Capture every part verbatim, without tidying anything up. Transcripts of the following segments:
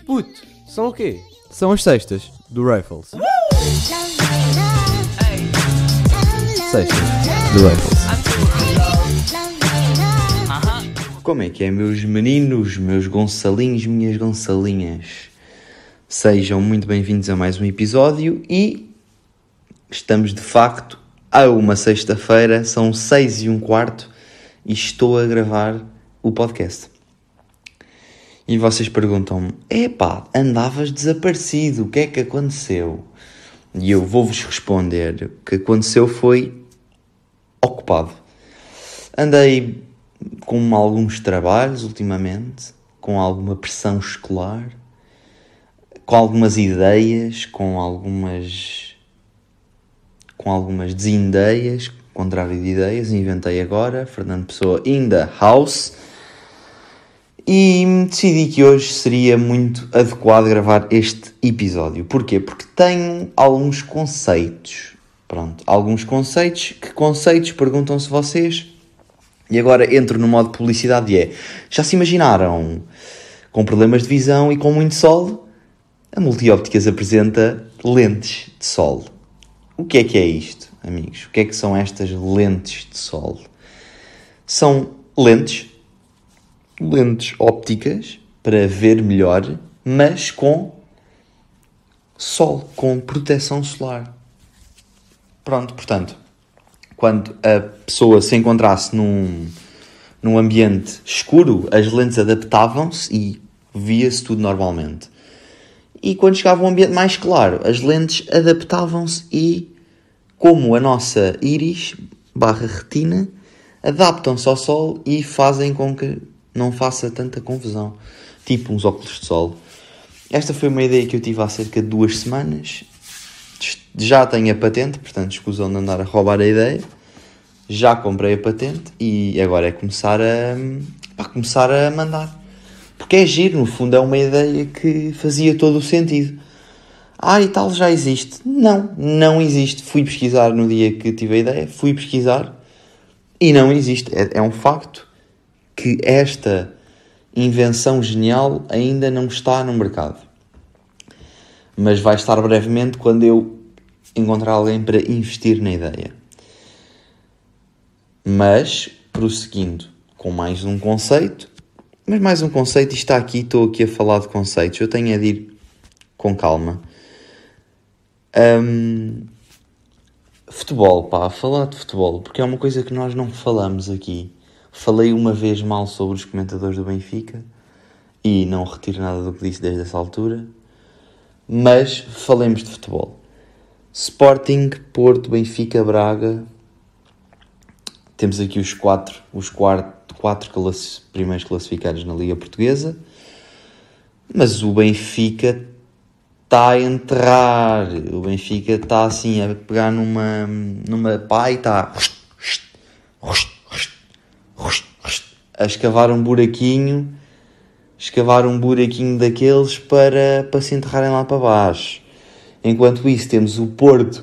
Puto, são o quê? São as sextas do Rifles. Sextas do Rifles. Como é que é, meus meninos, meus gonçalinhos, minhas gonçalinhas? Sejam muito bem-vindos a mais um episódio e estamos de facto a uma sexta-feira, são seis e um quarto e estou a gravar o podcast. E vocês perguntam-me, epá, andavas desaparecido, o que é que aconteceu? E eu vou-vos responder, o que aconteceu foi ocupado. Andei com alguns trabalhos ultimamente, com alguma pressão escolar, com algumas ideias, com algumas com algumas desindeias, contrário de ideias, inventei agora, Fernando Pessoa in the house, e decidi que hoje seria muito adequado gravar este episódio. Porquê? Porque tenho alguns conceitos, pronto, alguns conceitos, que conceitos, perguntam-se vocês, e agora entro no modo publicidade e é, já se imaginaram, com problemas de visão e com muito sol, a Multiópticas apresenta lentes de sol. O que é que é isto, amigos? O que é que são estas lentes de sol? São lentes, lentes ópticas para ver melhor, mas com sol, com proteção solar. Pronto, portanto, quando a pessoa se encontrasse num, num ambiente escuro, as lentes adaptavam-se e via-se tudo normalmente. E quando chegava a um ambiente mais claro, as lentes adaptavam-se e, como a nossa íris barra retina, adaptam-se ao sol e fazem com que não faça tanta confusão. Tipo uns óculos de sol. Esta foi uma ideia que eu tive há cerca de duas semanas. Já tenho a patente, portanto escusam de andar a roubar a ideia. Já comprei a patente e agora é começar a, a começar a mandar. Porque é giro, no fundo é uma ideia que fazia todo o sentido. Ah, e tal, já existe. Não, não existe. Fui pesquisar no dia que tive a ideia, fui pesquisar e não existe. É, é um facto que esta invenção genial ainda não está no mercado. Mas vai estar brevemente quando eu encontrar alguém para investir na ideia. Mas, prosseguindo com mais um conceito, mas mais um conceito, e está aqui, estou aqui a falar de conceitos, eu tenho é de ir com calma. Um, futebol, pá, falar de futebol, porque é uma coisa que nós não falamos aqui. Falei uma vez mal sobre os comentadores do Benfica, e não retiro nada do que disse desde essa altura, mas falemos de futebol. Sporting, Porto, Benfica, Braga, temos aqui os quatro, os quatro, quatro class, primeiros classificados na Liga Portuguesa, mas o Benfica está a entrar, o Benfica está assim a pegar numa, numa pá e está a escavar um buraquinho, escavar um buraquinho daqueles para, para se enterrarem lá para baixo. Enquanto isso temos o Porto,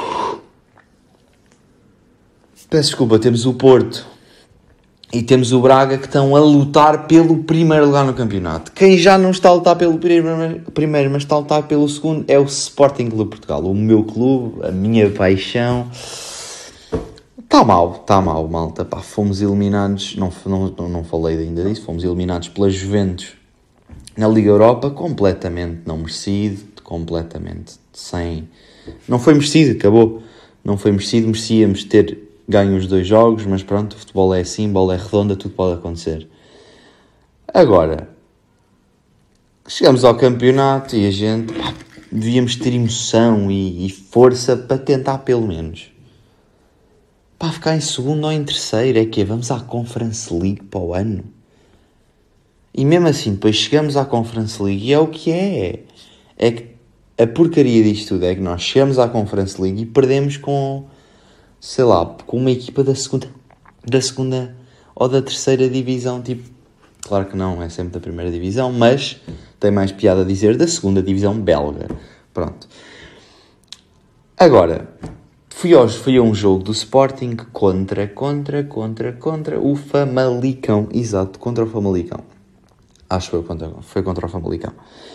peço desculpa, temos o Porto e temos o Braga que estão a lutar pelo primeiro lugar no campeonato. Quem já não está a lutar pelo primeiro, mas está a lutar pelo segundo, é o Sporting Clube Portugal. O meu clube, a minha paixão. Está mal, está mal, malta. Pá, fomos eliminados, não, não, não falei ainda disso, fomos eliminados pela Juventus na Liga Europa, completamente não merecido, completamente sem... Não foi merecido, acabou. Não foi merecido, merecíamos ter ganho os dois jogos, mas pronto, o futebol é assim, bola é redonda, tudo pode acontecer. Agora, chegamos ao campeonato e a gente, pá, devíamos ter emoção e, e força para tentar pelo menos. Pá, ficar em segundo ou em terceiro, é que é, vamos à Conference League para o ano. E mesmo assim, depois chegamos à Conference League e é o que é. É que a porcaria disto tudo é que nós chegamos à Conference League e perdemos com, sei lá, com uma equipa da segunda, da segunda ou da terceira divisão, tipo, claro que não, é sempre da primeira divisão, mas tem mais piada a dizer da segunda divisão belga. Pronto. Agora, fui, hoje, fui a um jogo do Sporting contra, contra, contra, contra o Famalicão. Exato, contra o Famalicão. Acho que foi contra, foi contra o Famalicão.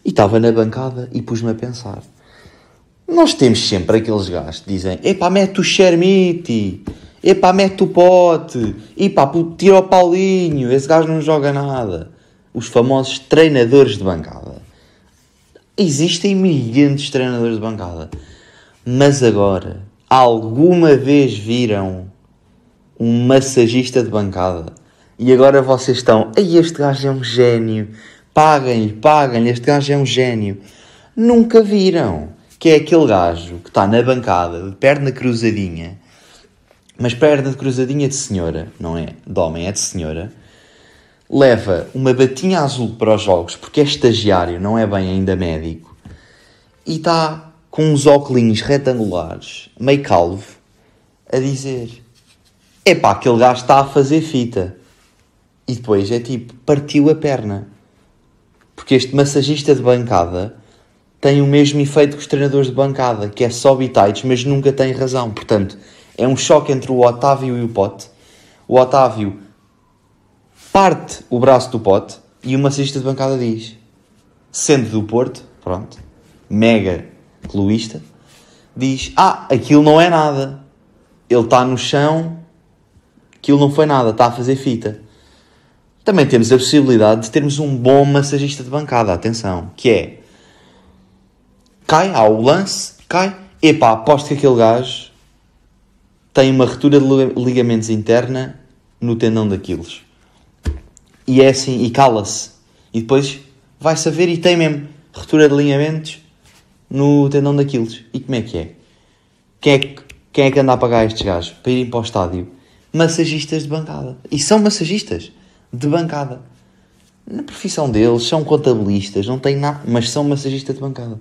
E estava na bancada e pus-me a pensar. Nós temos sempre aqueles gajos que dizem: epá, mete o Xermiti, epá, mete o Pote, epá, tira o Paulinho, esse gajo não joga nada. Os famosos treinadores de bancada. Existem milhares de treinadores de bancada. Mas agora, alguma vez viram um massagista de bancada? E agora vocês estão: ei, este gajo é um gênio, paguem-lhe, paguem-lhe, este gajo é um gênio. Nunca viram que é aquele gajo que está na bancada, de perna cruzadinha, mas perna de cruzadinha de senhora, não é de homem, é de senhora, leva uma batinha azul para os jogos, porque é estagiário, não é bem ainda médico, e está com uns óculos retangulares, meio calvo, a dizer: epá, aquele gajo está a fazer fita. E depois é tipo, partiu a perna. Porque este massagista de bancada tem o mesmo efeito que os treinadores de bancada, que é só bitites, mas nunca tem razão. Portanto, é um choque entre o Otávio e o Pote. O Otávio parte o braço do Pote e o massagista de bancada diz, sendo do Porto, pronto, mega cluísta, diz: ah, aquilo não é nada. Ele está no chão, aquilo não foi nada, está a fazer fita. Também temos a possibilidade de termos um bom massagista de bancada, atenção, que é, cai, há o lance, cai, epá, aposto que aquele gajo tem uma ruptura de ligamentos interna no tendão de Aquiles. E é assim, e cala-se. E depois vai saber e tem mesmo ruptura de ligamentos no tendão de Aquiles. E como é que é? Quem é que, quem é que anda a pagar estes gajos para irem para o estádio? Massagistas de bancada. E são massagistas de bancada. Na profissão deles, são contabilistas, não têm nada, mas são massagistas de bancada.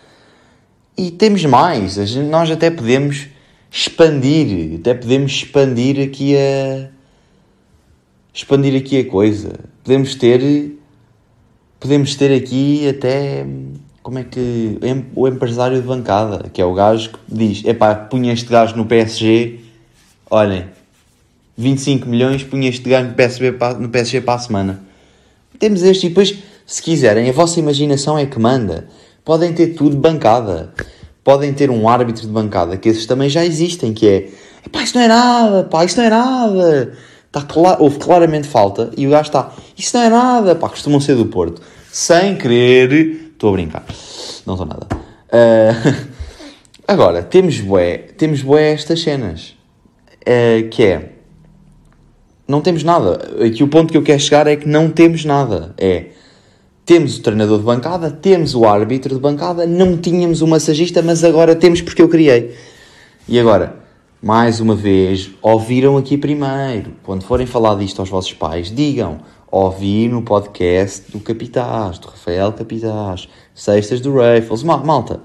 E temos mais, nós até podemos expandir, até podemos expandir aqui a... expandir aqui a coisa. Podemos ter, podemos ter aqui até, como é que, o empresário de bancada, que é o gajo que diz: epá, punha este gajo no P S G, olhem, vinte e cinco milhões, punha este gajo no P S G para, no P S G para a semana. Temos este, e depois, se quiserem, a vossa imaginação é que manda. Podem ter tudo de bancada. Podem ter um árbitro de bancada, que esses também já existem, que é: pá, isso não é nada, pá, isso não é nada. Está clara, houve claramente falta, e o gajo está: isso não é nada, pá, costumam ser do Porto. Sem querer, estou a brincar, não estou nada. Uh, agora, temos bué, temos bué estas cenas, uh, que é, não temos nada. Aqui o ponto que eu quero chegar é que não temos nada. É, temos o treinador de bancada, temos o árbitro de bancada, não tínhamos o massagista, mas agora temos porque eu criei. E agora, mais uma vez, ouviram aqui primeiro. Quando forem falar disto aos vossos pais, digam: ouvi no podcast do Capitaz, do Rafael Capitaz, Sextas do Raffles. Malta,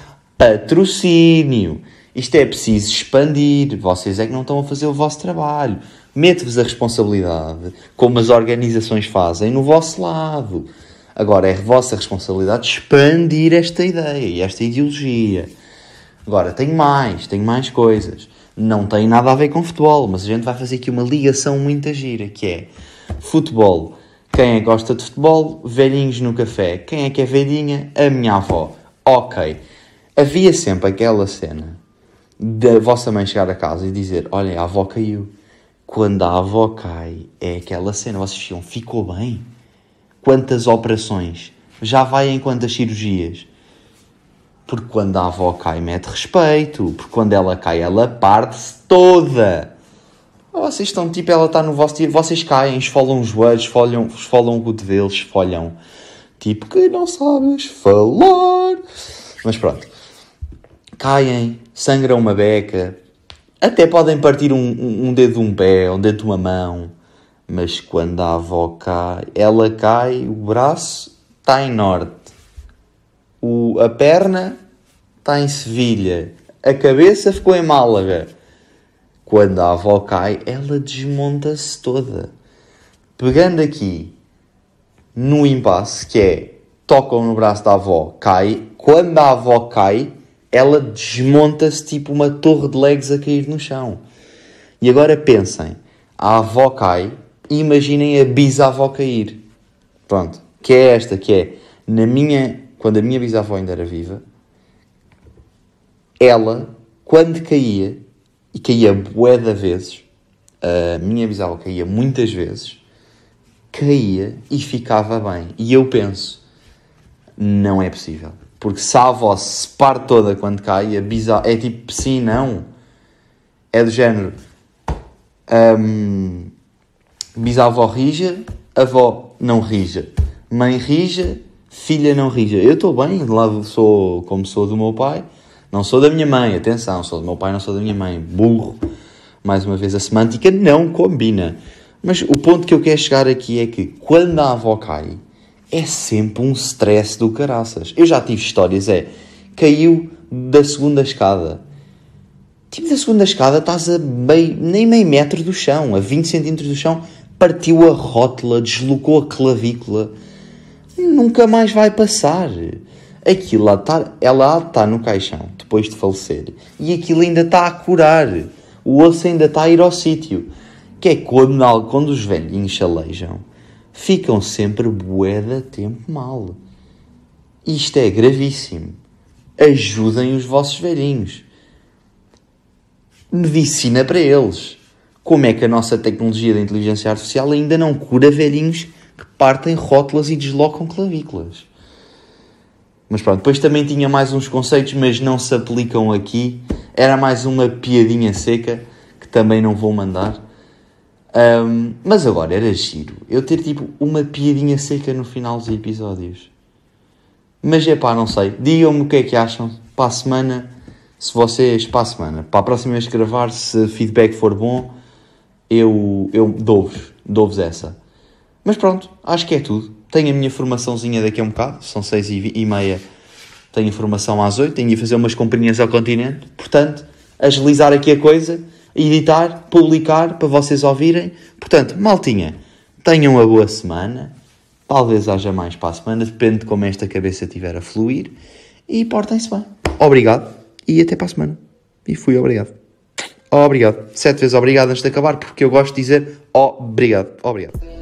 patrocínio. Isto é preciso expandir. Vocês é que não estão a fazer o vosso trabalho. Mete-vos a responsabilidade, como as organizações fazem, no vosso lado. Agora, é a vossa responsabilidade expandir esta ideia e esta ideologia. Agora, tenho mais, tenho mais coisas. Não tem nada a ver com futebol, mas a gente vai fazer aqui uma ligação muito gira, que é futebol. Quem é que gosta de futebol? Velhinhos no café. Quem é que é velhinha? A minha avó. Ok. Havia sempre aquela cena da vossa mãe chegar a casa e dizer: olha, a avó caiu. Quando a avó cai, é aquela cena. Vocês ficam: ficou bem? Quantas operações? Já vai em quantas cirurgias? Porque quando a avó cai, mete respeito. Porque quando ela cai, ela parte-se toda. Vocês estão tipo, ela está no vosso dia, vocês caem, esfolam os joelhos, esfolam, esfolam o cotovelo, esfolham. Tipo, que não sabes falar. Mas pronto. Caem, sangram uma beca. Até podem partir um, um, um dedo de um pé, um dedo de uma mão. Mas quando a avó cai, ela cai, o braço está em norte. O, a perna está em Sevilha. A cabeça ficou em Málaga. Quando a avó cai, ela desmonta-se toda. Pegando aqui no impasse, que é, tocam no braço da avó, cai. Quando a avó cai, ela desmonta-se tipo uma torre de Legos a cair no chão. E agora pensem, a avó cai, e imaginem a bisavó cair. Pronto, que é esta, que é, na minha quando a minha bisavó ainda era viva, ela, quando caía, e caía bué de vezes, a minha bisavó caía muitas vezes, caía e ficava bem. E eu penso, não é possível. Porque se a avó se parte toda quando cai, a bisavó é tipo, sim, não. É do género, um, bisavó rija, avó não rija. Mãe rija, filha não rija. Eu estou bem, de lado sou como sou do meu pai, não sou da minha mãe, atenção, sou do meu pai, não sou da minha mãe. Burro. Mais uma vez, a semântica não combina. Mas o ponto que eu quero chegar aqui é que, quando a avó cai, é sempre um stress do caraças. Eu já tive histórias, é, caiu da segunda escada. Tipo, da segunda escada estás a meio, nem meio metro do chão, a vinte centímetros do chão, partiu a rótula, deslocou a clavícula. Nunca mais vai passar. Aquilo lá está, ela está no caixão, depois de falecer, e aquilo ainda está a curar. O osso ainda está a ir ao sítio. Que é quando, quando os velhinhos chalejam, ficam sempre bué de tempo mal. Isto é gravíssimo. Ajudem os vossos velhinhos. Medicina para eles. Como é que a nossa tecnologia da inteligência artificial ainda não cura velhinhos que partem rótulas e deslocam clavículas? Mas pronto, depois também tinha mais uns conceitos, mas não se aplicam aqui. Era mais uma piadinha seca, que também não vou mandar. Um, mas agora era giro eu ter tipo uma piadinha seca no final dos episódios. Mas é pá, não sei. Digam-me o que é que acham. Para a semana, se vocês, para a semana, para a próxima vez que gravar, se feedback for bom, eu, eu dou-vos, dou-vos essa. Mas pronto, acho que é tudo. Tenho a minha formaçãozinha daqui a um bocado, são seis e meia, tenho a formação às oito, tenho de fazer umas comprinhas ao continente, portanto, agilizar aqui a coisa, editar, publicar, para vocês ouvirem. Portanto, maltinha, tenham uma boa semana, talvez haja mais para a semana, depende de como esta cabeça estiver a fluir, e portem-se bem. Obrigado, e até para a semana. E fui obrigado. Obrigado. Sete vezes obrigado antes de acabar, porque eu gosto de dizer obrigado. Obrigado.